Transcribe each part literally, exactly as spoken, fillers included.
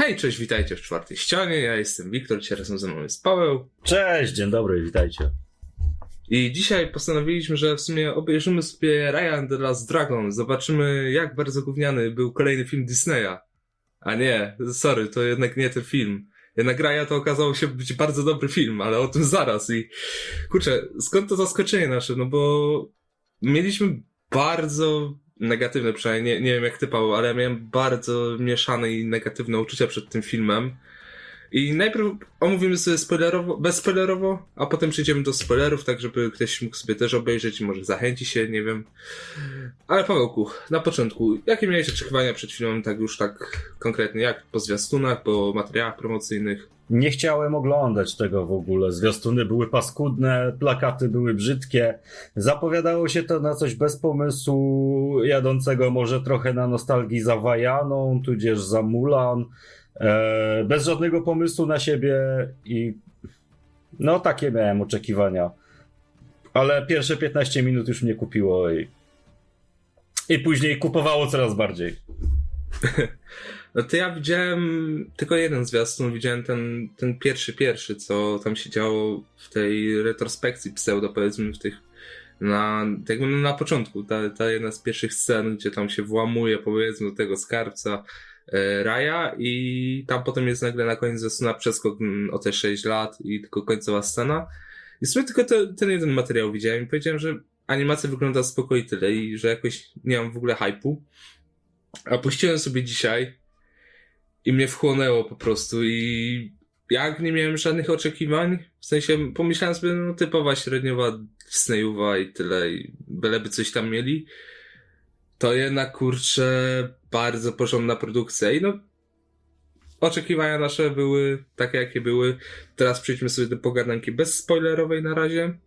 Hej, cześć, witajcie w czwartej ścianie, ja jestem Wiktor, dzisiaj razem ze mną jest Paweł. Cześć, dzień dobry, witajcie. I dzisiaj postanowiliśmy, że w sumie obejrzymy sobie Raya and the Last Dragon, zobaczymy jak bardzo gówniany był kolejny film Disneya. A nie, sorry, to jednak nie ten film. Jednak Raya to okazało się być bardzo dobry film, ale o tym zaraz. I kurczę, skąd to zaskoczenie nasze? No bo mieliśmy bardzo negatywne, przynajmniej nie, nie wiem jak ty, Paweł, ale ja miałem bardzo mieszane i negatywne uczucia przed tym filmem. I najpierw omówimy sobie spoilerowo, bezspoilerowo, a potem przejdziemy do spoilerów, tak żeby ktoś mógł sobie też obejrzeć i może zachęci się, nie wiem. Ale Pawełku, na początku, jakie miałeś oczekiwania przed filmem, tak już tak konkretnie, jak po zwiastunach, po materiałach promocyjnych? Nie chciałem oglądać tego w ogóle. Zwiastuny były paskudne, plakaty były brzydkie. Zapowiadało się to na coś bez pomysłu, jadącego może trochę na nostalgii za Wajaną, tudzież za Mulan. E, bez żadnego pomysłu na siebie i no takie miałem oczekiwania. Ale pierwsze piętnaście minut już mnie kupiło i, i później kupowało coraz bardziej. No to ja widziałem tylko jeden zwiastun, widziałem ten, ten pierwszy, pierwszy, co tam się działo w tej retrospekcji pseudo, powiedzmy, w tych, na, jakby na początku, ta, ta jedna z pierwszych scen, gdzie tam się włamuje, powiedzmy, do tego skarbca e, Raya i tam potem jest nagle na koniec zwiastuna przeskok o te sześć lat i tylko końcowa scena. I w sumie tylko te, ten jeden materiał widziałem i powiedziałem, że animacja wygląda spoko i tyle i że jakoś nie mam w ogóle hype'u. A puściłem sobie dzisiaj i mnie wchłonęło po prostu i jak nie miałem żadnych oczekiwań, w sensie pomyślałem sobie, no typowa średniowa Disneyowa i tyle, i byleby coś tam mieli, to jednak kurczę bardzo porządna produkcja i no oczekiwania nasze były takie jakie były. Teraz przejdźmy sobie do pogadanki bezspoilerowej na razie.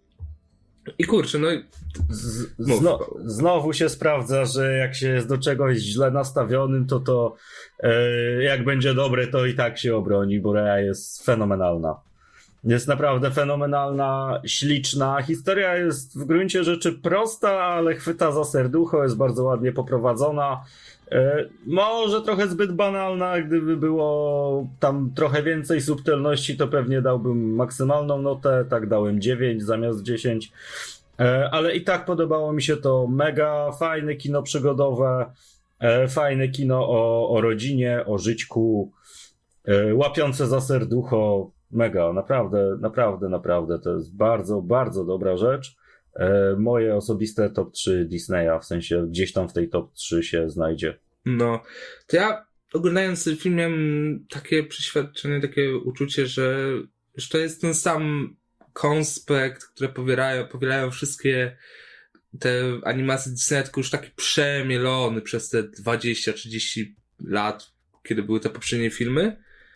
I kurczę, no i Z, zno, znowu się sprawdza, że jak się jest do czegoś źle nastawionym, to to e, jak będzie dobre, to i tak się obroni, bo Raya jest fenomenalna. Jest naprawdę fenomenalna, śliczna. Historia jest w gruncie rzeczy prosta, ale chwyta za serducho, jest bardzo ładnie poprowadzona. E, może trochę zbyt banalna, gdyby było tam trochę więcej subtelności, to pewnie dałbym maksymalną notę, tak dałem dziewięć zamiast dziesięć. E, ale i tak podobało mi się to mega fajne kino przygodowe, e, fajne kino o, o rodzinie, o żyćku, e, łapiące za serducho. Mega, naprawdę, naprawdę, naprawdę. To jest bardzo, bardzo dobra rzecz. E, moje osobiste top trzy Disneya, w sensie gdzieś tam w tej top trzy się znajdzie. No, to ja oglądając ten film miałem takie przeświadczenie, takie uczucie, że, że to jest ten sam konspekt, które powielają, powielają wszystkie te animacje Disneya, tylko już taki przemielony przez te dwadzieścia trzydzieści lat, kiedy były te poprzednie filmy.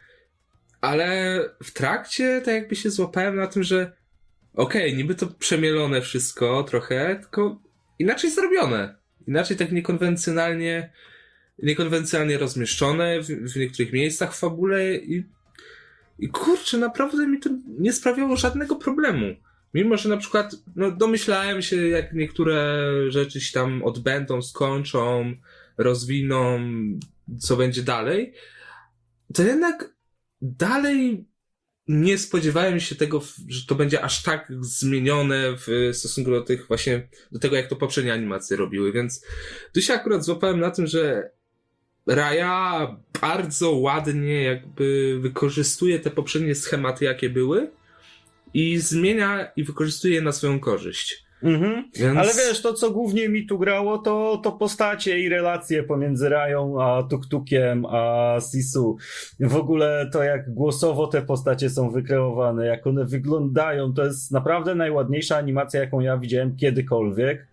Ale w trakcie tak jakby się złapałem na tym, że okej, okay, niby to przemielone wszystko trochę, tylko inaczej zrobione. Inaczej tak niekonwencjonalnie niekonwencjonalnie rozmieszczone w, w niektórych miejscach w fabule i, i kurczę, naprawdę mi to nie sprawiało żadnego problemu. Mimo, że na przykład no, domyślałem się, jak niektóre rzeczy się tam odbędą, skończą, rozwiną, co będzie dalej, to jednak dalej nie spodziewałem się tego, że to będzie aż tak zmienione w stosunku do tych właśnie, do tego jak to poprzednie animacje robiły, więc tu się akurat złapałem na tym, że Raya bardzo ładnie jakby wykorzystuje te poprzednie schematy jakie były i zmienia i wykorzystuje je na swoją korzyść. Mhm. Więc... Ale wiesz, to co głównie mi tu grało, to, to postacie i relacje pomiędzy Rają a Tuk-Tukiem, a Sisu. W ogóle to jak głosowo te postacie są wykreowane, jak one wyglądają, to jest naprawdę najładniejsza animacja, jaką ja widziałem kiedykolwiek.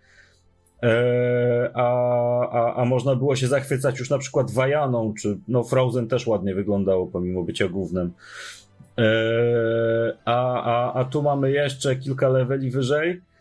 Eee, a, a, a można było się zachwycać już na przykład Wajaną, czy no Frozen też ładnie wyglądało pomimo bycia głównym. Eee, a, a, a tu mamy jeszcze kilka leveli wyżej.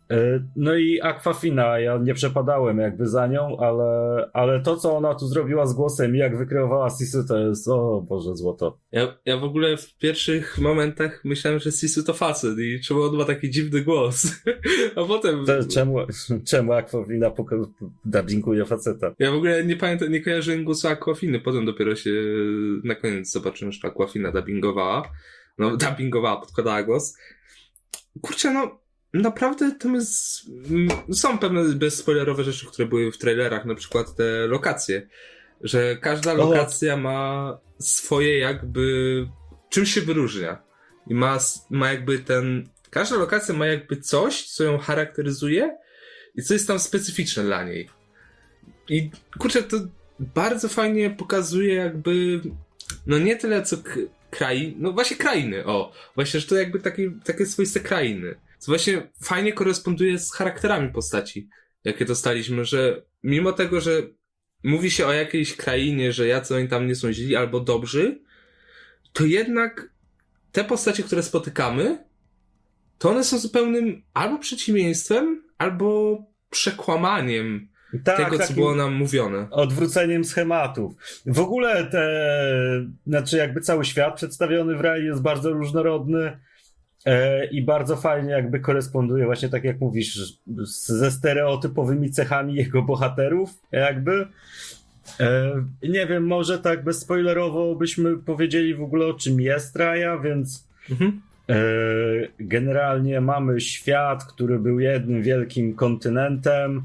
No i Awkwafina, ja nie przepadałem jakby za nią, ale, ale to, co ona tu zrobiła z głosem i jak wykreowała Sisu, to jest, o Boże, złoto. Ja, ja w ogóle w pierwszych momentach myślałem, że Sisu to facet i czemu on ma taki dziwny głos. A potem... To, czemu, czemu Awkwafina dubbinguje faceta? Ja w ogóle nie pamiętam, nie kojarzyłem głosu Awkwafiny, potem dopiero się na koniec zobaczyłem, że Awkwafina dubbingowała. No, dubbingowała, podkładała głos. Kurczę, no, naprawdę tam jest... Są pewne bezspoilerowe rzeczy, które były w trailerach, na przykład te lokacje. Że każda lokacja ma swoje jakby... czymś się wyróżnia. I ma, ma jakby ten... Każda lokacja ma jakby coś, co ją charakteryzuje i co jest tam specyficzne dla niej. I kurczę, to bardzo fajnie pokazuje jakby... No nie tyle co... K- krain, no właśnie krainy, o. Właśnie, że to jakby takie, takie swoiste krainy. Co właśnie fajnie koresponduje z charakterami postaci, jakie dostaliśmy, że mimo tego, że mówi się o jakiejś krainie, że jacy oni tam nie są źli albo dobrzy, to jednak te postacie, które spotykamy, to one są zupełnym albo przeciwieństwem, albo przekłamaniem tak, tego, co było nam mówione. Odwróceniem schematów. W ogóle te, znaczy jakby cały świat przedstawiony w Rai jest bardzo różnorodny e, i bardzo fajnie jakby koresponduje właśnie tak jak mówisz ze stereotypowymi cechami jego bohaterów jakby. E, nie wiem, może tak bezspoilerowo byśmy powiedzieli w ogóle o czym jest Raja, więc mhm. e, generalnie mamy świat, który był jednym wielkim kontynentem.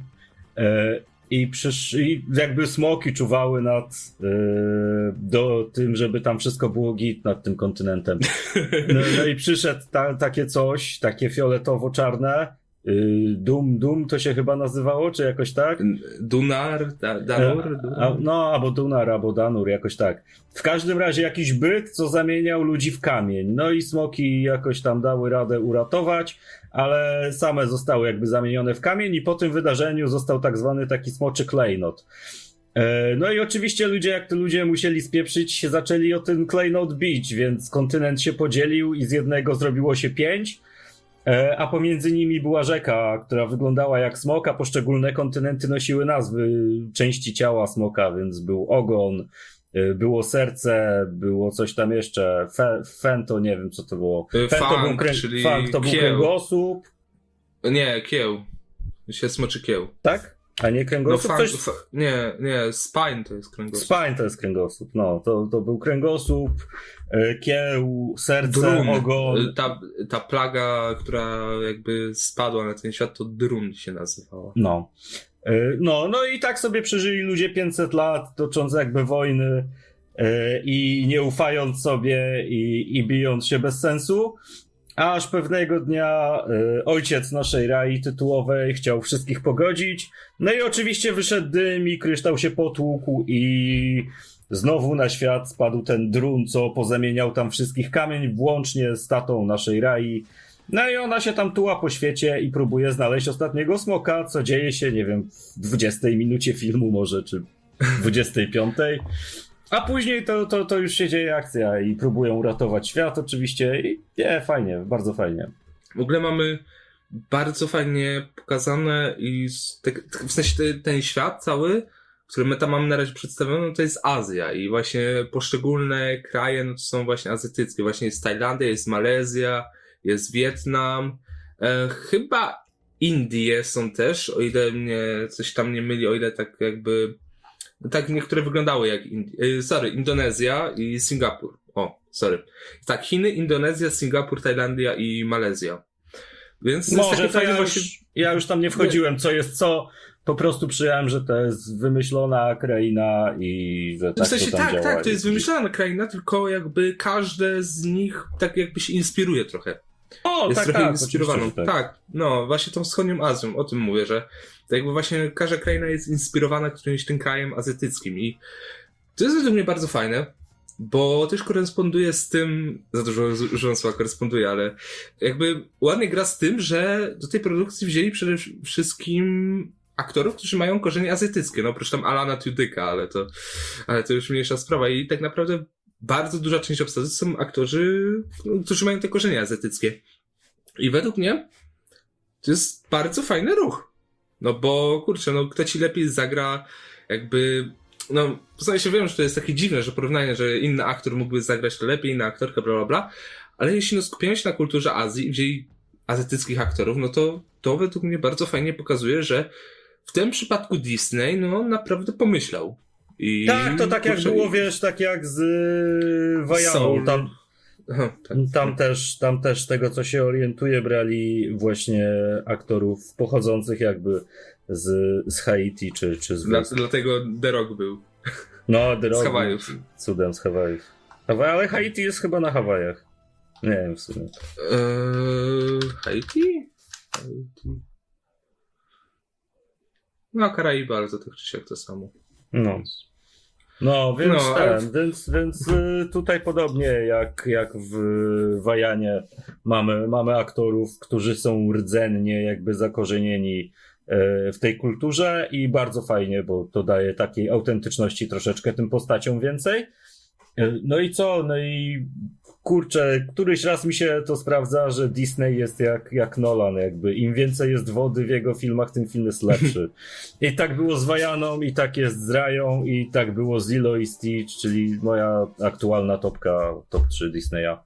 I, przysz... I jakby smoki czuwały nad yy, do tym, żeby tam wszystko było git nad tym kontynentem. No, no i przyszedł ta, takie coś, takie fioletowo-czarne. Yy, Dum, Dum to się chyba nazywało, czy jakoś tak? Dunar, da, Danur? E, a, no, albo Dunar, albo Danur, jakoś tak. W każdym razie jakiś byt, co zamieniał ludzi w kamień. No i smoki jakoś tam dały radę uratować, ale same zostały jakby zamienione w kamień i po tym wydarzeniu został tak zwany taki smoczy klejnot. E, no i oczywiście ludzie, jak to ludzie musieli spieprzyć, się zaczęli o ten klejnot bić, więc kontynent się podzielił i z jednego zrobiło się pięć, a pomiędzy nimi była rzeka, która wyglądała jak smok, a poszczególne kontynenty nosiły nazwy części ciała smoka, więc był ogon, było serce, było coś tam jeszcze, Fe, fen to nie wiem co to było. Fen funk, to był, krę... czyli funk to był kręgosłup. Nie, kieł. Się smoczy kieł. Tak? A nie kręgosłup? No, Coś... fa- nie, nie, spine to jest kręgosłup. Spine to jest kręgosłup, no. To, to był kręgosłup, kieł, serce, Drun. Ogon. Ta, ta plaga, która jakby spadła na ten świat, to Drun się nazywała. No. No, no i tak sobie przeżyli ludzie pięćset lat, tocząc jakby wojny i nie ufając sobie i, i bijąc się bez sensu. Aż pewnego dnia y, ojciec naszej Rai tytułowej chciał wszystkich pogodzić. No i oczywiście wyszedł dym i kryształ się potłukł i znowu na świat spadł ten Drun, co pozamieniał tam wszystkich kamień, włącznie z tatą naszej Rai. No i ona się tam tuła po świecie i próbuje znaleźć ostatniego smoka, co dzieje się, nie wiem, w dwudziestej minucie filmu może, czy dwudziestej piątej. A później to, to, to już się dzieje akcja i próbują uratować świat oczywiście i nie, fajnie, bardzo fajnie. W ogóle mamy bardzo fajnie pokazane i te, w sensie ten, ten świat cały, który my tam mamy na razie przedstawiony, to jest Azja i właśnie poszczególne kraje no to są właśnie azjatyckie. Właśnie jest Tajlandia, jest Malezja, jest Wietnam, e, chyba Indie są też, o ile mnie coś tam nie myli, o ile tak jakby tak niektóre wyglądały jak Indi- sorry, Indonezja i Singapur. O, sorry. Tak, Chiny, Indonezja, Singapur, Tajlandia i Malezja. Więc może to ja, właśnie... już, ja już tam nie wchodziłem, co jest co. Po prostu przyjąłem, że to jest wymyślona kraina i że tak w sensie, to tam tak, działa. tak, to jest wymyślona kraina, tylko jakby każde z nich tak jakby się inspiruje trochę. O, jest tak, trochę tak, inspirowaną. Tak. tak, no, właśnie tą wschodnią Azją, o tym mówię, że to jakby właśnie każda kraina jest inspirowana którymś tym krajem azjatyckim i to jest według mnie bardzo fajne, bo też koresponduje z tym, za dużo używam słowa koresponduje, ale jakby ładnie gra z tym, że do tej produkcji wzięli przede wszystkim aktorów, którzy mają korzenie azjatyckie, no oprócz tam Alana Tudyka, ale to, ale to już mniejsza sprawa i tak naprawdę bardzo duża część obsady są aktorzy, którzy mają te korzenie azjatyckie. I według mnie to jest bardzo fajny ruch. No bo, kurczę, no kto ci lepiej zagra jakby... No, w sensie wiem, że to jest takie dziwne, że porównanie, że inny aktor mógłby zagrać to lepiej, inna aktorka, bla, bla, bla, ale jeśli no skupiamy się na kulturze Azji i wzięli azjatyckich aktorów, no to to według mnie bardzo fajnie pokazuje, że w tym przypadku Disney, no naprawdę pomyślał. I, tak, to tak kurczę, jak było, wiesz, tak jak z y, Wajaną, tam, Aha, tak. tam, też, tam też z tego, co się orientuje, brali właśnie aktorów pochodzących jakby z, z Haiti, czy, czy z Dla, Dlatego The Rock był. No, The Rock z Hawajów. Cudem z Hawajów. Ale Haiti jest chyba na Hawajach. Nie wiem w sumie. Eee, Haiti? Haiti? No, Karaiby, ale to tak czy siak to samo. No. No, więc no, ten, ale... więc, więc tutaj podobnie jak, jak w Wajanie mamy, mamy aktorów, którzy są rdzennie jakby zakorzenieni w tej kulturze i bardzo fajnie, bo to daje takiej autentyczności troszeczkę tym postaciom więcej. No i co? No i kurczę, któryś raz mi się to sprawdza, że Disney jest jak, jak Nolan jakby. Im więcej jest wody w jego filmach, tym film jest lepszy. I tak było z Wajaną, i tak jest z Rają, i tak było z Lilo i Stitch, czyli moja aktualna topka, top trzy Disneya.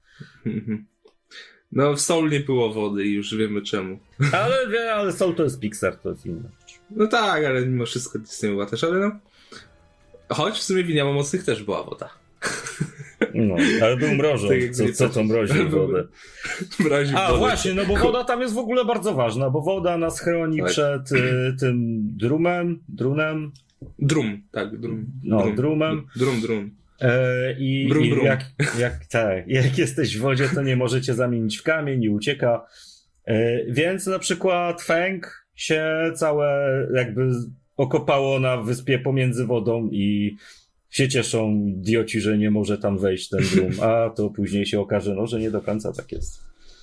No w Soul nie było wody i już wiemy czemu. Ale, ale Soul to jest Pixar, to jest inne. No tak, ale mimo wszystko Disney była też, ale no... Choć w sumie w Winiama Mocnych też była woda. No, ale był mrożą. Tak co, co to mroził wodę? Mroził A wodę. Właśnie, no bo woda tam jest w ogóle bardzo ważna, bo woda nas chroni tak. przed y, tym drumem, drunem. Drum, tak, drum. No, drum, drumem. Drum, drum. E, I, brum, i brum. Jak, jak, tak, jak jesteś w wodzie, to nie możecie zamienić w kamień i ucieka. E, więc na przykład Feng się całe jakby okopało na wyspie pomiędzy wodą i się cieszą idioci, że nie może tam wejść ten drum, a to później się okaże, no, że nie do końca tak jest.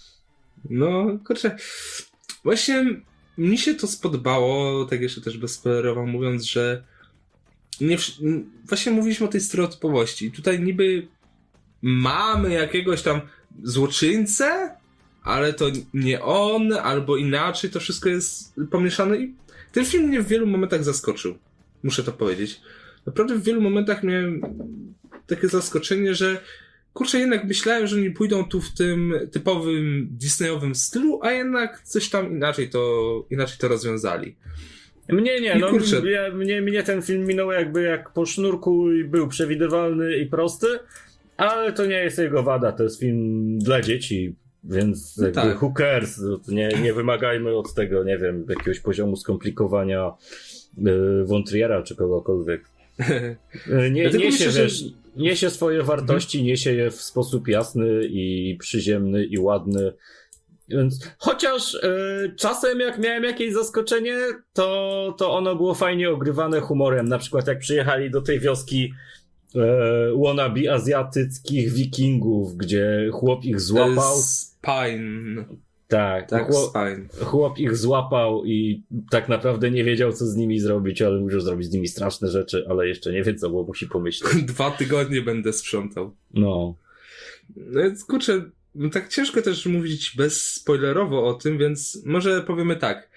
No, kurczę, właśnie mi się to spodobało, tak jeszcze też bezspoilerowo mówiąc, że nie, właśnie mówiliśmy o tej stereotypowości. Tutaj niby mamy jakiegoś tam złoczyńcę, ale to nie on, albo inaczej, to wszystko jest pomieszane i ten film mnie w wielu momentach zaskoczył. Muszę to powiedzieć. Naprawdę w wielu momentach miałem takie zaskoczenie, że kurczę, jednak myślałem, że nie pójdą tu w tym typowym Disneyowym stylu, a jednak coś tam inaczej to, inaczej to rozwiązali. Mnie nie, no mnie, mnie, mnie ten film minął jakby jak po sznurku i był przewidywalny i prosty, ale to nie jest jego wada, to jest film dla dzieci, więc jakby tak. Who cares, nie, nie wymagajmy od tego, nie wiem, jakiegoś poziomu skomplikowania yy, Wątriera czy kogokolwiek. Nie, ja niesie, myślę, wiesz, że... niesie swoje wartości, mhm. niesie je w sposób jasny i przyziemny i ładny. Więc chociaż y, czasem jak miałem jakieś zaskoczenie, to, to ono było fajnie ogrywane humorem. Na przykład jak przyjechali do tej wioski y, wannabe azjatyckich wikingów, gdzie chłop ich złapał. Spine. Tak, tak chłop, spine. chłop ich złapał i tak naprawdę nie wiedział, co z nimi zrobić, ale musiał zrobić z nimi straszne rzeczy, ale jeszcze nie wie, co, bo musi pomyśleć. Dwa tygodnie będę sprzątał. No. No więc kurczę, no tak ciężko też mówić bezspoilerowo o tym, więc może powiemy tak.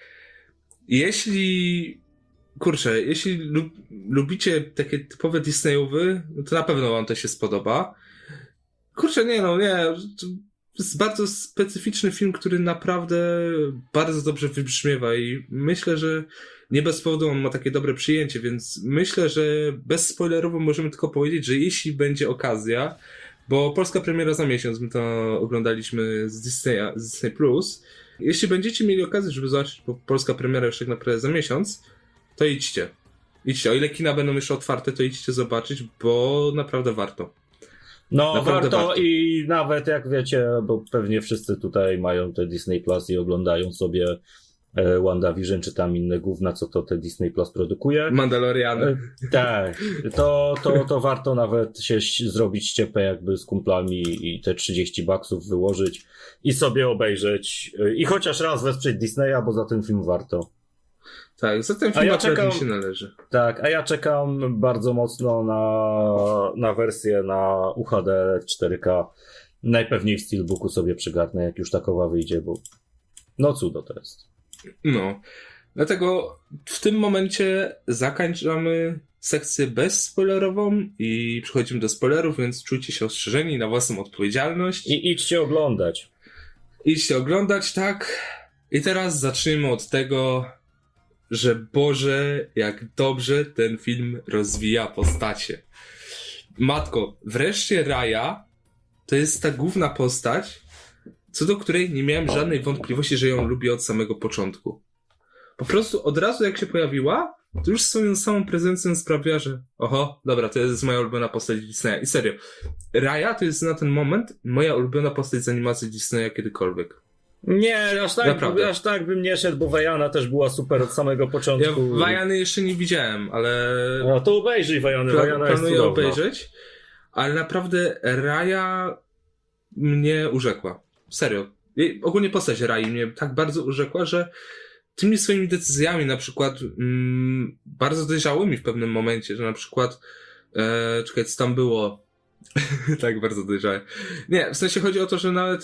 Jeśli, kurczę, jeśli lub, lubicie takie typowe Disneyowy, no to na pewno wam to się spodoba. Kurczę, nie no, nie, to jest bardzo specyficzny film, który naprawdę bardzo dobrze wybrzmiewa i myślę, że nie bez powodu on ma takie dobre przyjęcie, więc myślę, że bezspoilerowo możemy tylko powiedzieć, że jeśli będzie okazja, bo polska premiera za miesiąc, my to oglądaliśmy z Disneya, z Disney Plus. Jeśli będziecie mieli okazję, żeby zobaczyć, bo polska premiera już tak naprawdę za miesiąc, to idźcie. Idźcie. O ile kina będą jeszcze otwarte, to idźcie zobaczyć, bo naprawdę warto. No naprawdę warto, warto i nawet jak wiecie, bo pewnie wszyscy tutaj mają te Disney Plus i oglądają sobie e, WandaVision czy tam inne gówna, co to te Disney Plus produkuje. Mandaloriany. E, tak, to, to, to warto nawet się zrobić ściepę jakby z kumplami i te trzydzieści baksów wyłożyć i sobie obejrzeć i chociaż raz wesprzeć Disneya, bo za ten film warto. Tak, za ten film ja naprawdę czekam, mi się należy. Tak, a ja czekam bardzo mocno na, na wersję na U H D cztery K. Najpewniej w Steelbooku sobie przygarnę, jak już takowa wyjdzie, bo no cudo to jest. No, dlatego w tym momencie zakończamy sekcję bezspoilerową i przechodzimy do spoilerów, więc czujcie się ostrzeżeni na własną odpowiedzialność. I idźcie oglądać. Idźcie oglądać, tak. I teraz zacznijmy od tego, że Boże, jak dobrze ten film rozwija postacie. Matko, wreszcie Raya to jest ta główna postać, co do której nie miałem żadnej wątpliwości, że ją lubię od samego początku. Po prostu od razu jak się pojawiła, to już swoją samą prezencją sprawiła, że oho, dobra, to jest moja ulubiona postać Disneya. I serio, Raya to jest na ten moment moja ulubiona postać z animacji Disneya kiedykolwiek. Nie, aż tak, aż tak bym nie szedł, bo Wajana też była super od samego początku. Ja Wajany jeszcze nie widziałem, ale... No to obejrzyj Wajany, Wajana jest planuję cudowna. obejrzeć, ale naprawdę Raya mnie urzekła. Serio. I ogólnie postać Rai mnie tak bardzo urzekła, że tymi swoimi decyzjami, na przykład mm, bardzo dojrzałymi w pewnym momencie, że na przykład e, czekaj, co tam było? Tak, bardzo dojrzałe. Nie, w sensie chodzi o to, że nawet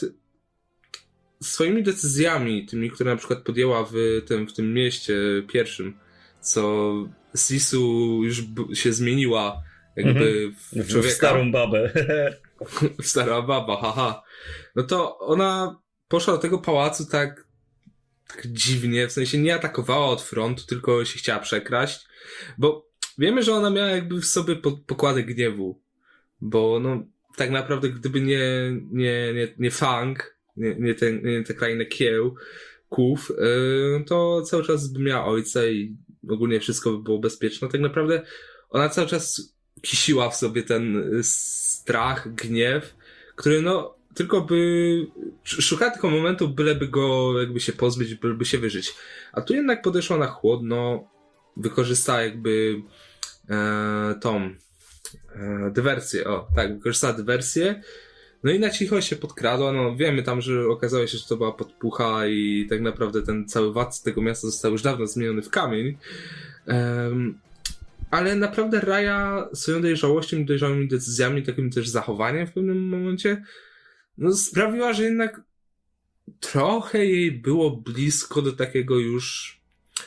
swoimi decyzjami, tymi, które na przykład podjęła w tym, w tym mieście pierwszym, co Sisu już b- się zmieniła jakby w człowieka. W starą babę. Stara baba, haha. No to ona poszła do tego pałacu tak, tak dziwnie, w sensie nie atakowała od frontu, tylko się chciała przekraść, bo wiemy, że ona miała jakby w sobie po, pokłady gniewu, bo no tak naprawdę gdyby nie, nie, nie, nie Fang, nie, nie, ten, nie te krainę kieł, kłów, yy, to cały czas by miała ojca i ogólnie wszystko by było bezpieczne. Tak naprawdę ona cały czas kisiła w sobie ten strach, gniew, który no tylko by szukała tylko momentu, byleby go jakby się pozbyć, byleby się wyżyć. A tu jednak podeszła na chłodno, wykorzystała jakby e, tą e, dywersję, o tak, wykorzystała dywersję, no i na cicho się podkradła, no wiemy tam, że okazało się, że to była podpucha i tak naprawdę ten cały władca tego miasta został już dawno zmieniony w kamień. Um, Ale naprawdę Raya swoją dojrzałością i dojrzałymi decyzjami, takim też zachowaniem w pewnym momencie, no sprawiła, że jednak trochę jej było blisko do takiego już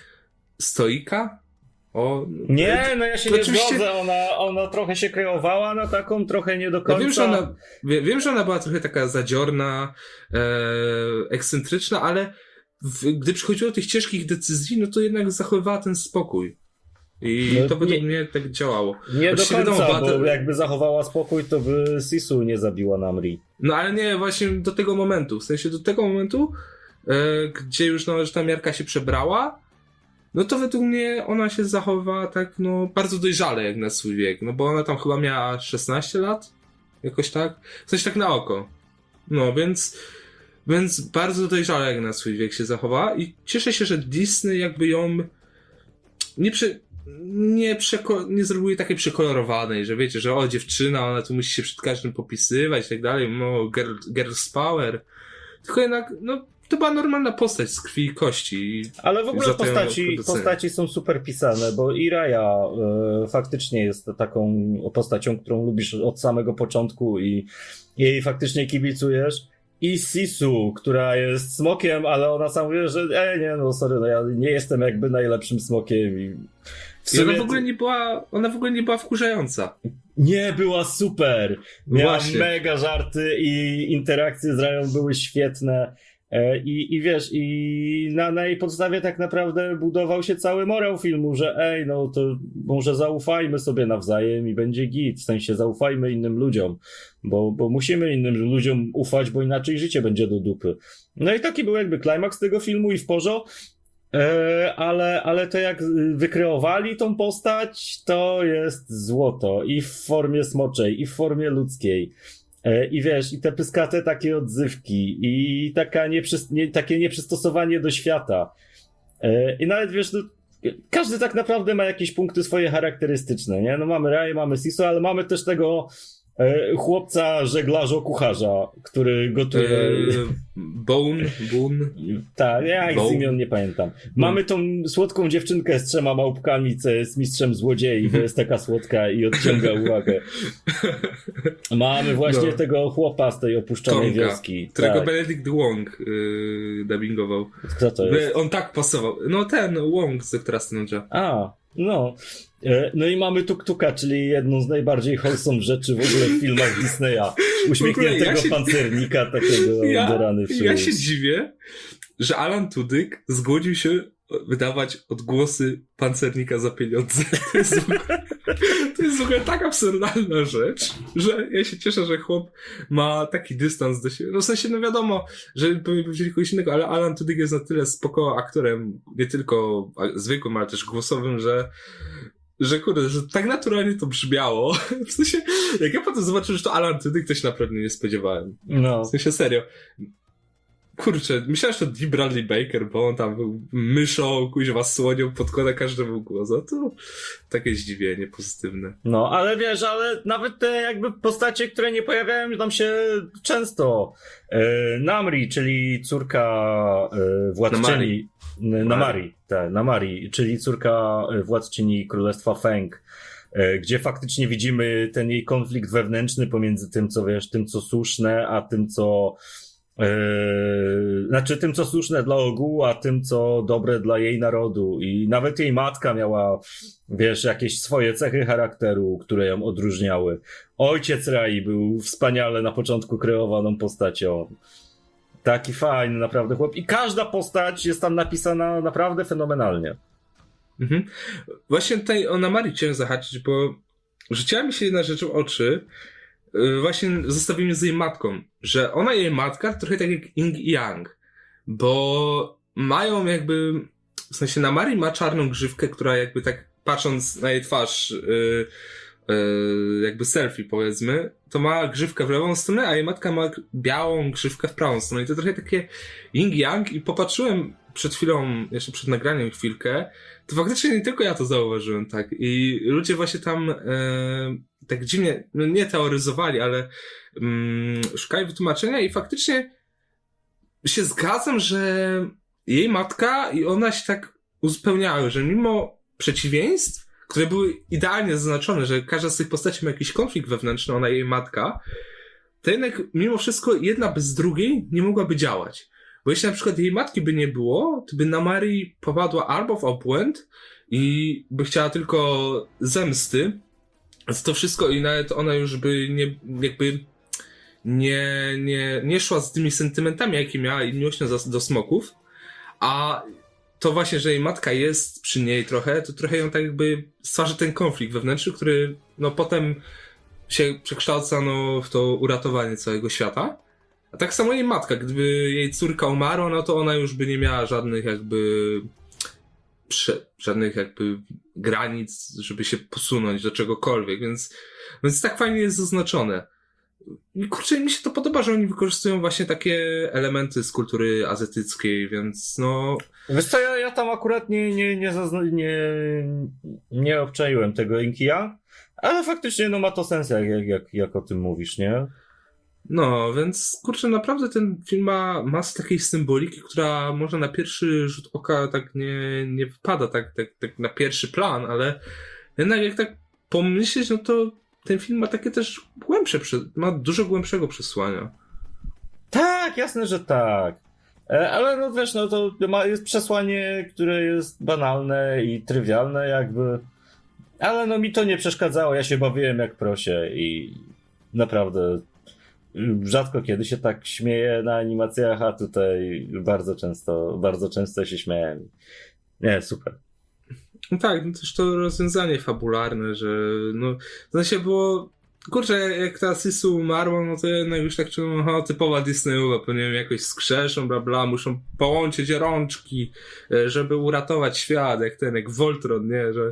stoika. O, nie, no ja się nie oczywiście... zgodzę, ona, ona trochę się kreowała na taką, trochę nie do końca. Ja wiem, że ona, wie, wiem, że ona była trochę taka zadziorna, e, ekscentryczna, ale w, gdy przychodziło do tych ciężkich decyzji, no to jednak zachowywała ten spokój. I no, to według nie, mnie tak działało. Nie Oczywiście do końca, wiadomo, bo jakby zachowała spokój, to by Sisu nie zabiła Namri. No ale nie, właśnie do tego momentu. W sensie do tego momentu, e, gdzie już no, że ta miarka się przebrała, no to według mnie ona się zachowała tak, no, bardzo dojrzale jak na swój wiek. No bo ona tam chyba miała szesnaście lat? Jakoś tak? W sensie tak na oko. No, więc... Więc bardzo dojrzale jak na swój wiek się zachowała i cieszę się, że Disney jakby ją nie przy... nie, przeko- nie zrobiły takiej przekolorowanej, że wiecie, że o, dziewczyna, ona tu musi się przed każdym popisywać i tak dalej, no, girl, girl's power. Tylko jednak, no, to była normalna postać z krwi i kości. Ale w ogóle postaci, postaci są super pisane, bo i Raya y, faktycznie jest taką postacią, którą lubisz od samego początku i jej faktycznie kibicujesz. I Sisu, która jest smokiem, ale ona sama mówi, że e, nie, no sorry, no ja nie jestem jakby najlepszym smokiem. I w sumie... I ona w ogóle nie była, ona w ogóle nie była wkurzająca. Nie, była super. Miała Właśnie. mega żarty i interakcje z Rają były świetne. I, i wiesz, i na, na jej podstawie tak naprawdę budował się cały morał filmu, że ej, no to może zaufajmy sobie nawzajem i będzie git, w sensie zaufajmy innym ludziom, bo, bo musimy innym ludziom ufać, bo inaczej życie będzie do dupy. No i taki był jakby klimaks tego filmu i w porzo, e, ale, ale to jak wykreowali tą postać, to jest złoto i w formie smoczej, i w formie ludzkiej. I wiesz, i te pyskate takie odzywki, i taka nieprzy, nie, takie nieprzystosowanie do świata. I nawet wiesz, no, każdy tak naprawdę ma jakieś punkty swoje charakterystyczne, nie? No mamy Raya, mamy Sisu, ale mamy też tego chłopca żeglarza-kucharza, który gotuje... Eee, Bone, Bone. Tak, ja ich z imion nie pamiętam. Mamy tą słodką dziewczynkę z trzema małpkami, co jest mistrzem złodziei, bo jest taka słodka i odciąga uwagę. Mamy właśnie no. tego chłopa z tej opuszczonej Tonga, wioski. którego tak. Benedict Wong yy, dubbingował. Kto to jest? On tak pasował. No ten Wong z Doktora Strange'a. A, no. No i mamy Tuk-Tuka, czyli jedną z najbardziej wholesome rzeczy w ogóle w filmach Disneya. Uśmiechniętego ja się... pancernika, takiego ja, do rany. Ja się dziwię, że Alan Tudyk zgodził się wydawać odgłosy pancernika za pieniądze. To jest, w ogóle, to jest w ogóle tak absurdalna rzecz, że ja się cieszę, że chłop ma taki dystans do siebie. No w sensie, no wiadomo, że pewnie wzięli kogoś innego, ale Alan Tudyk jest na tyle spoko aktorem, nie tylko zwykłym, ale też głosowym, że że kurde, że tak naturalnie to brzmiało. W sensie, jak ja potem zobaczyłem, że to Alan Tudyk, to się naprawdę nie spodziewałem. No. W sensie, serio. Kurczę, myślałem, że to Dee Bradley Baker, bo on tam był myszą, kuźwa słonią, podkłada każdemu głos. A to takie zdziwienie pozytywne. No, ale wiesz, ale nawet te jakby postacie, które nie pojawiają tam się często. E, Namri, czyli córka e, władczyni... Namari, tak, Namari, czyli córka władczyni Królestwa Feng, e, gdzie faktycznie widzimy ten jej konflikt wewnętrzny pomiędzy tym, co wiesz, tym, co słuszne, a tym, co Yy, znaczy tym, co słuszne dla ogółu, a tym, co dobre dla jej narodu. I nawet jej matka miała, wiesz, jakieś swoje cechy charakteru, które ją odróżniały. Ojciec Rai był wspaniale na początku kreowaną postacią. Taki fajny naprawdę chłop. I każda postać jest tam napisana naprawdę fenomenalnie. Mhm. Właśnie tutaj o Namari chciałem zahaczyć, bo rzuciła mi się jedna rzecz w oczy. Właśnie zestawienie z jej matką, że ona i jej matka trochę tak jak Yin i Yang, bo mają jakby, w sensie Namari ma czarną grzywkę, która jakby tak patrząc na jej twarz, yy, yy, jakby selfie powiedzmy, to ma grzywkę w lewą stronę, a jej matka ma białą grzywkę w prawą stronę i to trochę takie Yin Yang i popatrzyłem przed chwilą, jeszcze przed nagraniem chwilkę, to faktycznie nie tylko ja to zauważyłem, tak, i ludzie właśnie tam yy, tak dziwnie, no nie teoryzowali, ale um, szukali wytłumaczenia i faktycznie się zgadzam, że jej matka i ona się tak uzupełniały, że mimo przeciwieństw, które były idealnie zaznaczone, że każda z tych postaci ma jakiś konflikt wewnętrzny, ona i jej matka, to jednak mimo wszystko jedna bez drugiej nie mogłaby działać. Bo jeśli na przykład jej matki by nie było, to by Namari popadła albo w obłęd i by chciała tylko zemsty, to wszystko i nawet ona już by nie, jakby nie, nie, nie szła z tymi sentymentami, jakie miała i miłością do smoków, a to właśnie, że jej matka jest przy niej trochę, to trochę ją tak jakby stwarza ten konflikt wewnętrzny, który no potem się przekształca no, w to uratowanie całego świata. A tak samo jej matka, gdyby jej córka umarła, no to ona już by nie miała żadnych jakby prze, żadnych jakby granic, żeby się posunąć do czegokolwiek, więc, więc tak fajnie jest zaznaczone. I kurczę, mi się to podoba, że oni wykorzystują właśnie takie elementy z kultury azjatyckiej, więc no... Wiesz co, ja, ja tam akurat nie, nie, nie, zazna- nie, nie obczaiłem tego Inkija, ale faktycznie no ma to sens, jak, jak, jak, jak o tym mówisz, nie? No, więc kurczę, naprawdę ten film ma masę takiej symboliki, która może na pierwszy rzut oka tak nie, nie wypada tak, tak, tak na pierwszy plan, ale jednak jak tak pomyśleć, no to ten film ma takie też głębsze, ma dużo głębszego przesłania. Tak, jasne, że tak. Ale no wiesz, no to ma, jest przesłanie, które jest banalne i trywialne jakby, ale no mi to nie przeszkadzało, ja się bawiłem jak prosie i naprawdę rzadko kiedy się tak śmieję na animacjach, a tutaj bardzo często, bardzo często się śmiałem. Nie, super. No tak, no też to rozwiązanie fabularne, że no, w sensie było, kurczę, jak ta Sisu umarła, no to jednak już tak czułem, no typowa Disneyowa, pewnie jakoś skrzeszą, bla bla, muszą połączyć rączki, żeby uratować świat, jak ten, jak Voltron, nie, że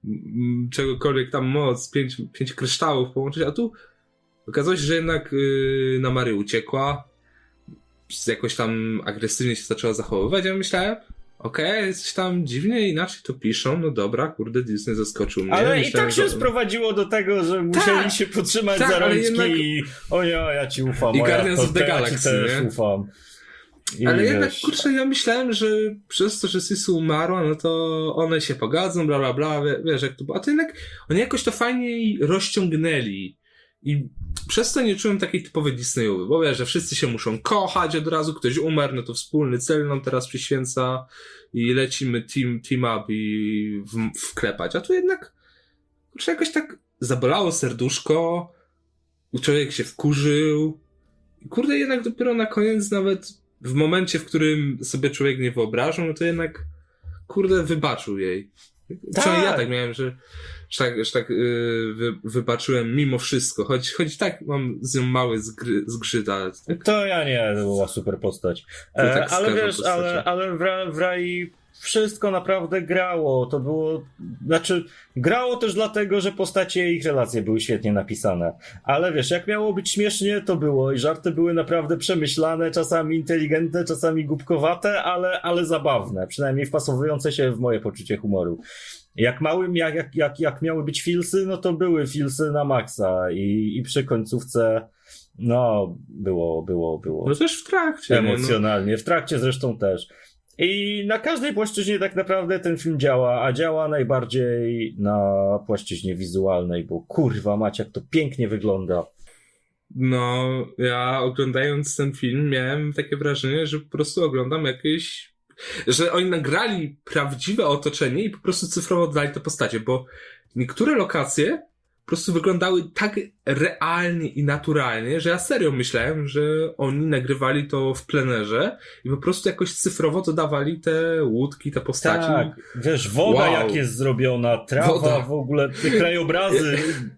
m, czegokolwiek tam moc, pięć, pięć kryształów połączyć, a tu okazało się, że jednak yy, Namari uciekła, jakoś tam agresywnie się zaczęła zachowywać, ja myślałem, okej, okay, coś tam dziwnie inaczej to piszą, no dobra, kurde, Disney zaskoczył mnie. Ale Myślałem, i tak się że... sprowadziło do tego, że musieli tak, się podtrzymać tak, za rączki jednak... i o nie, ja ci ufam, i o ja, to, to ja ci też nie? ufam. I ale wiesz... jednak, kurczę, ja myślałem, że przez to, że Sisu umarła, no to one się pogadzą, bla, bla, bla, wiesz, jak to było. A to jednak oni jakoś to fajnie rozciągnęli. I przez to nie czułem takiej typowej Disneyowej, bo wiesz, że wszyscy się muszą kochać od razu, ktoś umarł, no to wspólny cel nam teraz przyświęca i lecimy team, team up i w, wklepać. A tu jednak, kurczę, jakoś tak zabolało serduszko, człowiek się wkurzył. I kurde, jednak dopiero na koniec, nawet w momencie, w którym sobie człowiek nie wyobrażał, no to jednak, kurde, wybaczył jej. Tak. Przynajmniej ja tak miałem, że, że tak, że tak yy, wy, wybaczyłem mimo wszystko, choć, choć tak mam z nią mały zgry, zgrzyt, ale... Tak... To ja nie, to była super postać. E, tak ale wiesz, postać. ale, ale w, w Rai wszystko naprawdę grało, to było, znaczy grało też dlatego, że postacie i ich relacje były świetnie napisane, ale wiesz, jak miało być śmiesznie, to było i żarty były naprawdę przemyślane, czasami inteligentne, czasami głupkowate, ale, ale zabawne, przynajmniej wpasowujące się w moje poczucie humoru. Jak małym, jak, jak, jak, jak miały być filsy, no to były filsy na maksa i, i przy końcówce no, było, było, było. No też w trakcie. Emocjonalnie, no. w trakcie zresztą też. I na każdej płaszczyźnie tak naprawdę ten film działa, a działa najbardziej na płaszczyźnie wizualnej, bo kurwa mać, jak to pięknie wygląda. No, ja oglądając ten film miałem takie wrażenie, że po prostu oglądam jakieś... że oni nagrali prawdziwe otoczenie i po prostu cyfrowo dali te postacie, bo niektóre lokacje po prostu wyglądały tak realnie i naturalnie, że ja serio myślałem, że oni nagrywali to w plenerze i po prostu jakoś cyfrowo dodawali te łódki, te postaci. Tak, wiesz, woda wow. jak jest zrobiona, trawa, woda. W ogóle, te krajobrazy.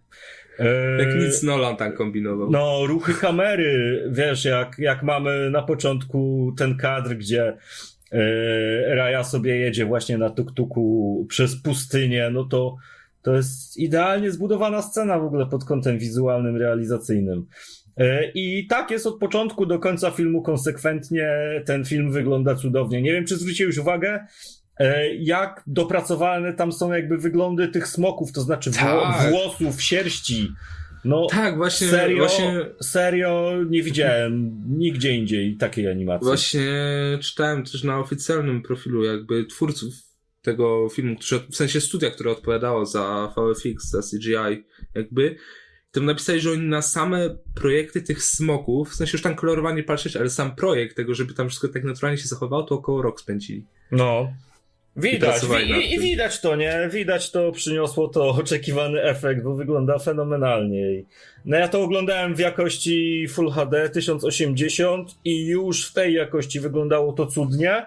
Jak nic Nolan tam kombinował. No, ruchy kamery, wiesz, jak, jak mamy na początku ten kadr, gdzie yy, Raya sobie jedzie właśnie na tuk-tuku przez pustynię, no to to jest idealnie zbudowana scena w ogóle pod kątem wizualnym, realizacyjnym. I tak jest od początku do końca filmu konsekwentnie. Ten film wygląda cudownie. Nie wiem, czy zwróciłeś uwagę, jak dopracowane tam są jakby wyglądy tych smoków, to znaczy tak. włosów, sierści. No, tak, właśnie, serio, właśnie... serio nie widziałem nigdzie indziej takiej animacji. Właśnie czytałem też na oficjalnym profilu jakby twórców tego filmu, w sensie studia, które odpowiadało za V F X, za C G I, jakby, tam napisali, że oni na same projekty tych smoków, w sensie już tam kolorowanie patrzeć, ale sam projekt tego, żeby tam wszystko tak naturalnie się zachowało, to około rok spędzili. No. Widać, i, i, i widać to, nie? Widać to, przyniosło to oczekiwany efekt, bo wygląda fenomenalnie. No ja to oglądałem w jakości Full H D tysiąc osiemdziesiąt i już w tej jakości wyglądało to cudnie.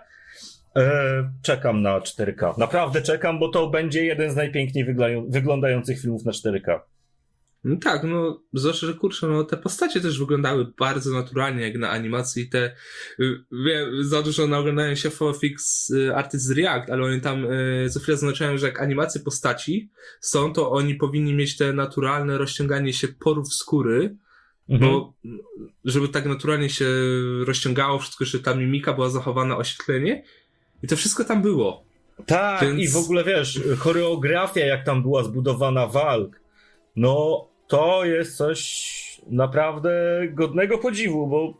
Czekam na cztery K. Naprawdę czekam, bo to będzie jeden z najpiękniej wyglądających filmów na cztery K. No tak, no zwłaszcza, że kurczę, no te postacie też wyglądały bardzo naturalnie jak na animacji. Te, wiem, za dużo naoglądają się V F X Artists React, ale oni tam y, co chwilę zaznaczają, że jak animacje postaci są, to oni powinni mieć te naturalne rozciąganie się porów skóry, mhm. bo żeby tak naturalnie się rozciągało wszystko, że ta mimika była zachowana, oświetlenie. I to wszystko tam było. Tak, Więc... i w ogóle wiesz, choreografia jak tam była zbudowana walk, no to jest coś naprawdę godnego podziwu, bo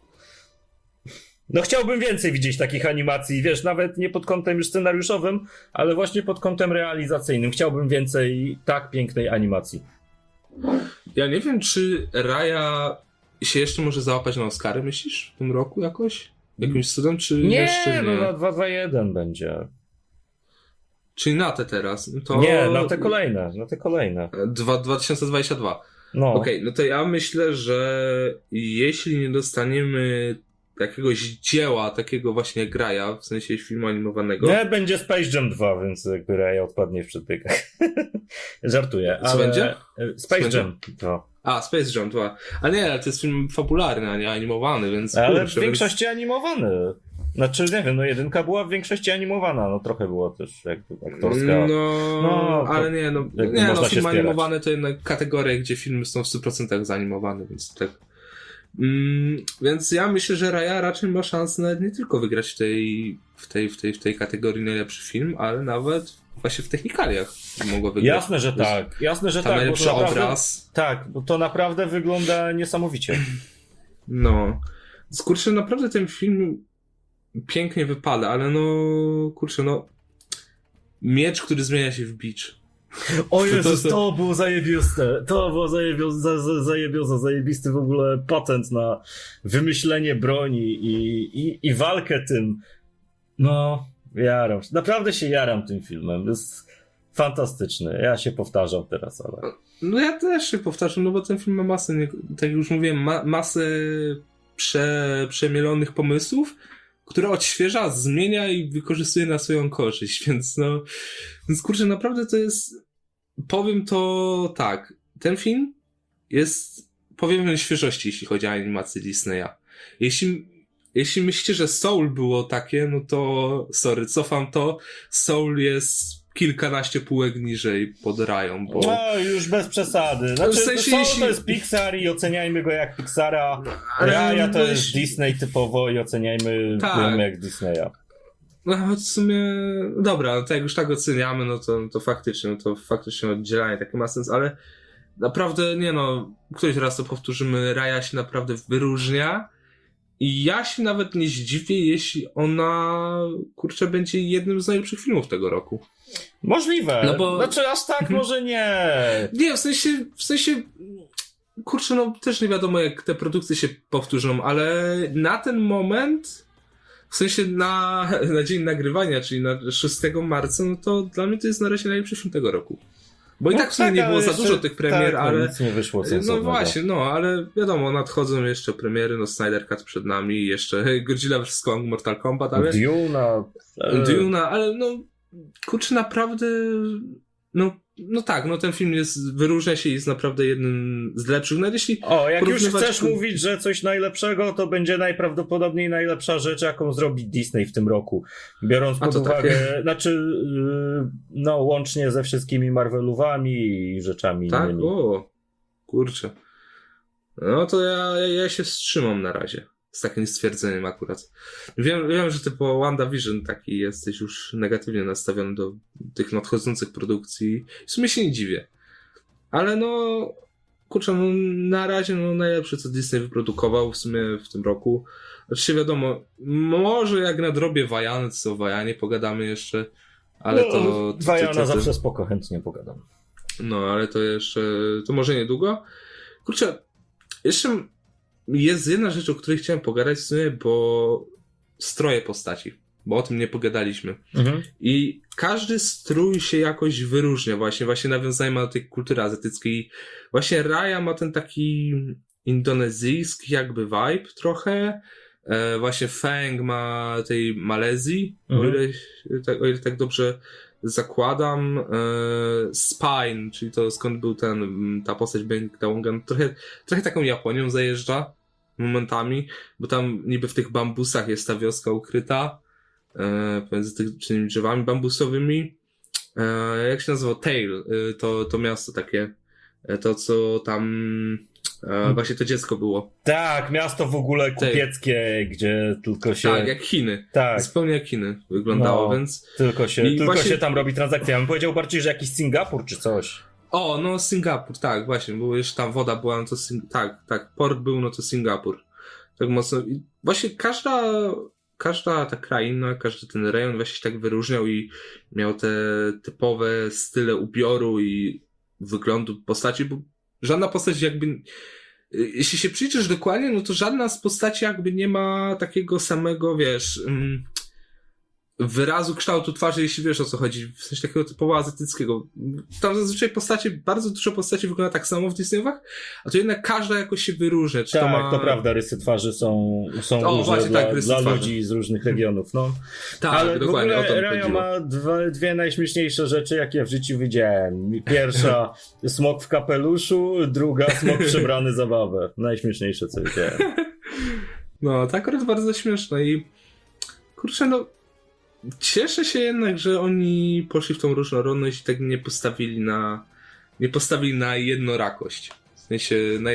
no chciałbym więcej widzieć takich animacji, wiesz, nawet nie pod kątem już scenariuszowym, ale właśnie pod kątem realizacyjnym. Chciałbym więcej tak pięknej animacji. Ja nie wiem, czy Raya się jeszcze może załapać na Oscary, myślisz? W tym roku jakoś? Jakimś cudem, czy nie, jeszcze nie? No na dwa dwa jeden będzie. Czyli na te teraz? To... Nie, na te kolejne, na te kolejne. dwa tysiące dwudziesty drugi. No. Okej, okay, no to ja myślę, że jeśli nie dostaniemy jakiegoś dzieła, takiego właśnie jak Raya, w sensie filmu animowanego. Nie, będzie Space Jam dwa, więc jakby Raya odpadnie w przedbiegach. Żartuję. Co ale... będzie? Space Co Jam dwa. A, Space Jam dwa. A nie, to jest film fabularny, a nie animowany, więc... Ale kurczę, w większości więc... animowany. Znaczy, nie wiem, no jedynka była w większości animowana, no trochę było też jakby aktorska. No, no ale nie, no, nie, no film animowany to jednak kategoria, gdzie filmy są w stu procentach zaanimowane, więc tak... Mm, więc ja myślę, że Raya raczej ma szansę nawet nie tylko wygrać w tej, w w tej, w tej, w tej kategorii najlepszy film, ale nawet właśnie w technikaliach mogło wygrać. Jasne, że tak. Jasne, że tam tak. najlepszy bo to naprawdę, obraz. Tak, bo to naprawdę wygląda niesamowicie. No. Kurczę, naprawdę ten film pięknie wypada, ale no, kurczę, no miecz, który zmienia się w bicz. O Jezus, to, to... to było zajebiste. To było zajebioze, za, za, zajebioze, zajebisty w ogóle patent na wymyślenie broni i, i, i walkę tym. No, jaram się. Naprawdę się jaram tym filmem. Jest fantastyczny. Ja się powtarzam teraz, ale... No ja też się powtarzam, no bo ten film ma masę, nie, tak jak już mówiłem, ma, masę prze, przemielonych pomysłów, które odświeża, zmienia i wykorzystuje na swoją korzyść, więc no, więc kurczę, naprawdę to jest, powiem to tak, ten film jest powiem świeżości, jeśli chodzi o animację Disneya. Jeśli, jeśli myślicie, że Soul było takie, no to sorry, cofam to, Soul jest kilkanaście półek niżej pod Rają, bo... No, już bez przesady. Znaczy, w sensie, Soul jeśli... to jest Pixar i oceniajmy go jak Pixara, ale Raya to no, jest jeśli... Disney typowo i oceniajmy tak. film jak Disneya. No choć w sumie, dobra, no to jak już tak oceniamy, no to, to faktycznie, no to faktycznie oddzielanie takie ma sens, ale naprawdę, nie no, któryś raz to powtórzymy, Raya się naprawdę wyróżnia i ja się nawet nie zdziwię, jeśli ona, kurczę, będzie jednym z najlepszych filmów tego roku. Możliwe, no bo... znaczy aż tak może nie. Nie, w sensie, w sensie, kurczę, no też nie wiadomo jak te produkcje się powtórzą, ale na ten moment, w sensie na, na dzień nagrywania, czyli na szóstego marca, no to dla mnie to jest na razie najlepszy film tego roku. Bo i no tak w sumie tak, nie było za jeszcze, dużo tych premier, tak, ale... Nic nie wyszło no właśnie, no, ale wiadomo, nadchodzą jeszcze premiery, no Snyder Cut przed nami, jeszcze Godzilla versus. Kong, Mortal Kombat, ale... Duna... Duna, ale no, kurczę, naprawdę... No, no tak, no ten film jest, wyróżnia się i jest naprawdę jednym z lepszych. Nawet jeśli o, jak już porównywać... chcesz mówić, że coś najlepszego, to będzie najprawdopodobniej najlepsza rzecz, jaką zrobi Disney w tym roku. Biorąc pod uwagę, takie... znaczy, no łącznie ze wszystkimi Marvelowami i rzeczami tak? innymi. O, kurczę. No to ja, ja się wstrzymam na razie z takim stwierdzeniem akurat. Wiem, wiem, że ty po WandaVision taki jesteś już negatywnie nastawiony do tych nadchodzących produkcji. W sumie się nie dziwię. Ale no, kurczę, no na razie no najlepsze, co Disney wyprodukował w sumie w tym roku. Oczywiście wiadomo, może jak nadrobię Wajany, co o Wajanie pogadamy jeszcze, ale to... to Wajana to, to, to, zawsze spoko, chętnie pogadam. No, ale to jeszcze, to może niedługo. Kurczę, jeszcze jest jedna rzecz, o której chciałem pogadać w sumie, bo stroje postaci, bo o tym nie pogadaliśmy. Mhm. I każdy strój się jakoś wyróżnia właśnie, właśnie nawiązajmy do tej kultury azjatyckiej. Właśnie Raya ma ten taki indonezyjski jakby vibe trochę. E, właśnie Fang ma tej Malezji, mhm. o, ile, tak, o ile tak dobrze zakładam. E, Spine, czyli to skąd był ten, ta postać Benedict Wonga, trochę, trochę taką Japonią zajeżdża momentami, bo tam niby w tych bambusach jest ta wioska ukryta e, pomiędzy tych, tymi drzewami bambusowymi. E, jak się nazywa? Tail, e, to, to miasto takie, e, to co tam e, właśnie to dziecko było. Tak, miasto w ogóle kupieckie, Tail. Gdzie tylko się... Tak, jak Chiny. Tak. Zupełnie jak Chiny wyglądało, no, więc... Tylko się, tylko właśnie... się tam robi transakcja. Ja bym powiedział bardziej, że jakiś Singapur czy coś. O, no Singapur, tak, właśnie, bo jeszcze tam woda była, no to Sing- tak, tak, port był, no to Singapur. Tak mocno. I właśnie każda, każda ta kraina, każdy ten rejon właśnie się tak wyróżniał i miał te typowe style ubioru i wyglądu postaci, bo żadna postać jakby, jeśli się przyjrzysz dokładnie, no to żadna z postaci jakby nie ma takiego samego, wiesz, mm, wyrazu kształtu twarzy, jeśli wiesz o co chodzi, w sensie takiego typowo azjatyckiego. Tam zazwyczaj postacie, bardzo dużo postaci wygląda tak samo w Disney'ach, a to jednak każda jakoś się wyróżnia. Czy tak, to, ma... to prawda, rysy twarzy są, są o, różne właśnie, dla, tak, rysy dla twarzy. ludzi z różnych regionów, no. Tak, ale dokładnie, w ogóle o to Raya ma dwa, dwie najśmieszniejsze rzeczy, jakie w życiu widziałem. Pierwsza, smok w kapeluszu, druga, smok przebrany za babę. Najśmieszniejsze, co widziałem. No, to akurat bardzo śmieszne i kurczę, no cieszę się jednak, że oni poszli w tą różnorodność i tak nie postawili na nie postawili na jednorakość. W sensie, na,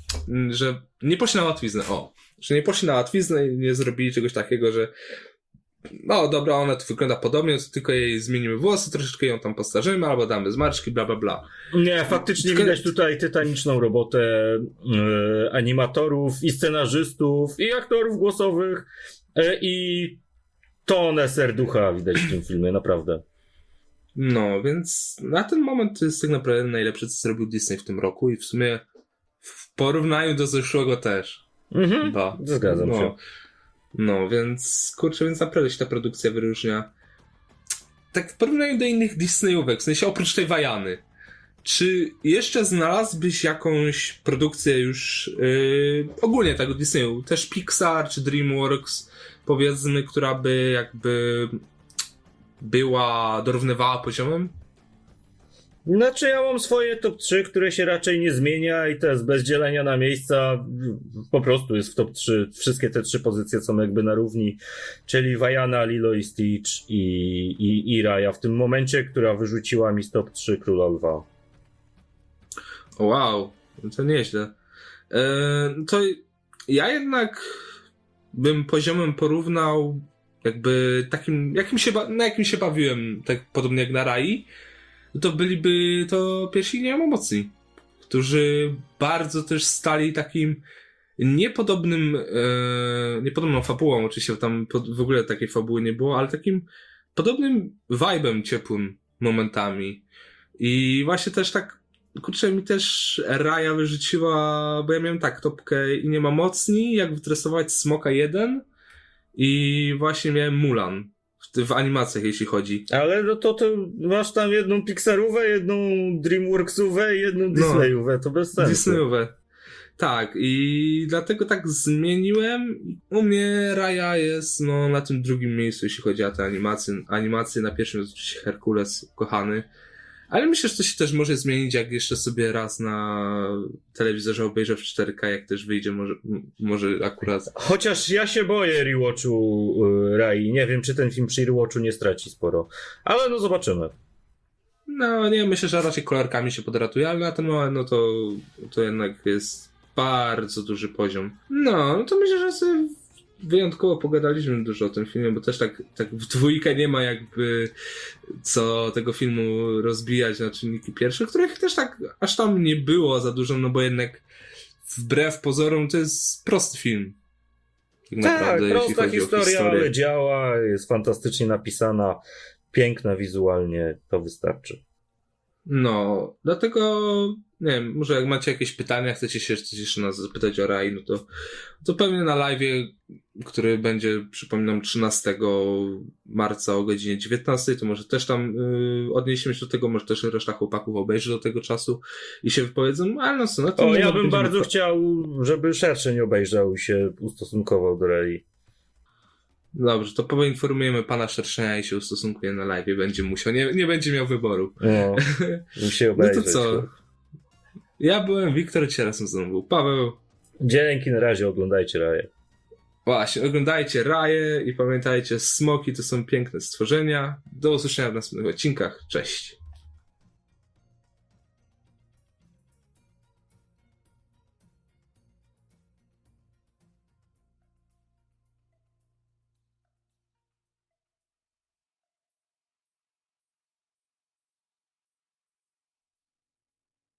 że nie poszli na łatwiznę. O, że nie poszli na łatwiznę i nie zrobili czegoś takiego, że no dobra, ona tu wygląda podobnie, tylko jej zmienimy włosy, troszeczkę ją tam postarzymy, albo damy zmarszczki, bla bla bla. Nie, faktycznie tylko... widać tutaj tytaniczną robotę e, animatorów i scenarzystów i aktorów głosowych e, i tonę serducha widać w tym filmie, naprawdę. No, więc na ten moment to jest tak naprawdę najlepsze, co zrobił Disney w tym roku i w sumie w porównaniu do zeszłego też. Mhm, chyba. Zgadzam no. się. No, więc kurczę, więc naprawdę się ta produkcja wyróżnia. Tak w porównaniu do innych Disneyówek, w sensie oprócz tej Wajany. Czy jeszcze znalazłbyś jakąś produkcję już yy, ogólnie tego Disneyu, też Pixar czy DreamWorks, powiedzmy, która by jakby była, dorównywała poziomem? Znaczy ja mam swoje top trzy, które się raczej nie zmienia i to jest bez dzielenia na miejsca, po prostu jest w top trzy, wszystkie te trzy pozycje są jakby na równi, czyli Vaiana, Lilo i Stitch i, i, i Raya w tym momencie, która wyrzuciła mi z top trzy Króla Lwa. Wow, to nieźle. Eee, to ja jednak bym poziomem porównał jakby takim, jakim się, na jakim się bawiłem, tak podobnie jak na Rai, to byliby to Pierwsi Nieomocni, którzy bardzo też stali takim niepodobnym, e, niepodobną fabułą, oczywiście tam pod, w ogóle takiej fabuły nie było, ale takim podobnym vibe'em ciepłym momentami. I właśnie też tak, kurczę, mi też Raya wyrzuciła, bo ja miałem tak, topkę i nie ma mocni, jak wytresować Smoka jeden i właśnie miałem Mulan. W, w animacjach, jeśli chodzi. Ale no to, to masz tam jedną Pixarówę, jedną Dreamworksówę i jedną Disneyówę, to bez sensu. Disneyówę. Tak, i dlatego tak zmieniłem. U mnie Raya jest no, na tym drugim miejscu, jeśli chodzi o te animacje. Animacje na pierwszym jest oczywiście Herkules, kochany. Ale myślę, że to się też może zmienić, jak jeszcze sobie raz na telewizorze obejrzę w cztery K, jak też wyjdzie, może, może akurat. Chociaż ja się boję rewatchu yy, Rai. Nie wiem, czy ten film przy rewatchu nie straci sporo. Ale no zobaczymy. No nie, myślę, że raczej kolorkami się podratuje, ale na ten moment no to, to jednak jest bardzo duży poziom. No, no to myślę, że sobie wyjątkowo pogadaliśmy dużo o tym filmie, bo też tak, tak w dwójkę nie ma jakby co tego filmu rozbijać na czynniki pierwsze, których też tak aż tam nie było za dużo, no bo jednak wbrew pozorom to jest prosty film. Tak, naprawdę, prosta historia, ale działa, jest fantastycznie napisana, piękna wizualnie, to wystarczy. No, dlatego nie wiem, może jak macie jakieś pytania, chcecie się coś jeszcze nas zapytać o Rai, no to, to pewnie na live'ie, który będzie, przypominam, trzynastego marca o godzinie dziewiętnastej, to może też tam yy, odniesiemy się do tego, może też reszta chłopaków obejrzy do tego czasu i się wypowiedzą, ale no co, no to... O, ja bym bardzo to... chciał, żeby szerszy nie obejrzał i się ustosunkował do Rai. Dobrze, to poinformujemy pana Szerszenia i się ustosunkuje na live'ie, będzie musiał, nie, nie będzie miał wyboru. No, musi obejrzeć. No to co? Ja byłem Wiktor, dzisiaj razem ze mną był Paweł. Dzięki, na razie oglądajcie Raję. Właśnie, oglądajcie Raję i pamiętajcie, smoki to są piękne stworzenia. Do usłyszenia w następnych odcinkach. Cześć.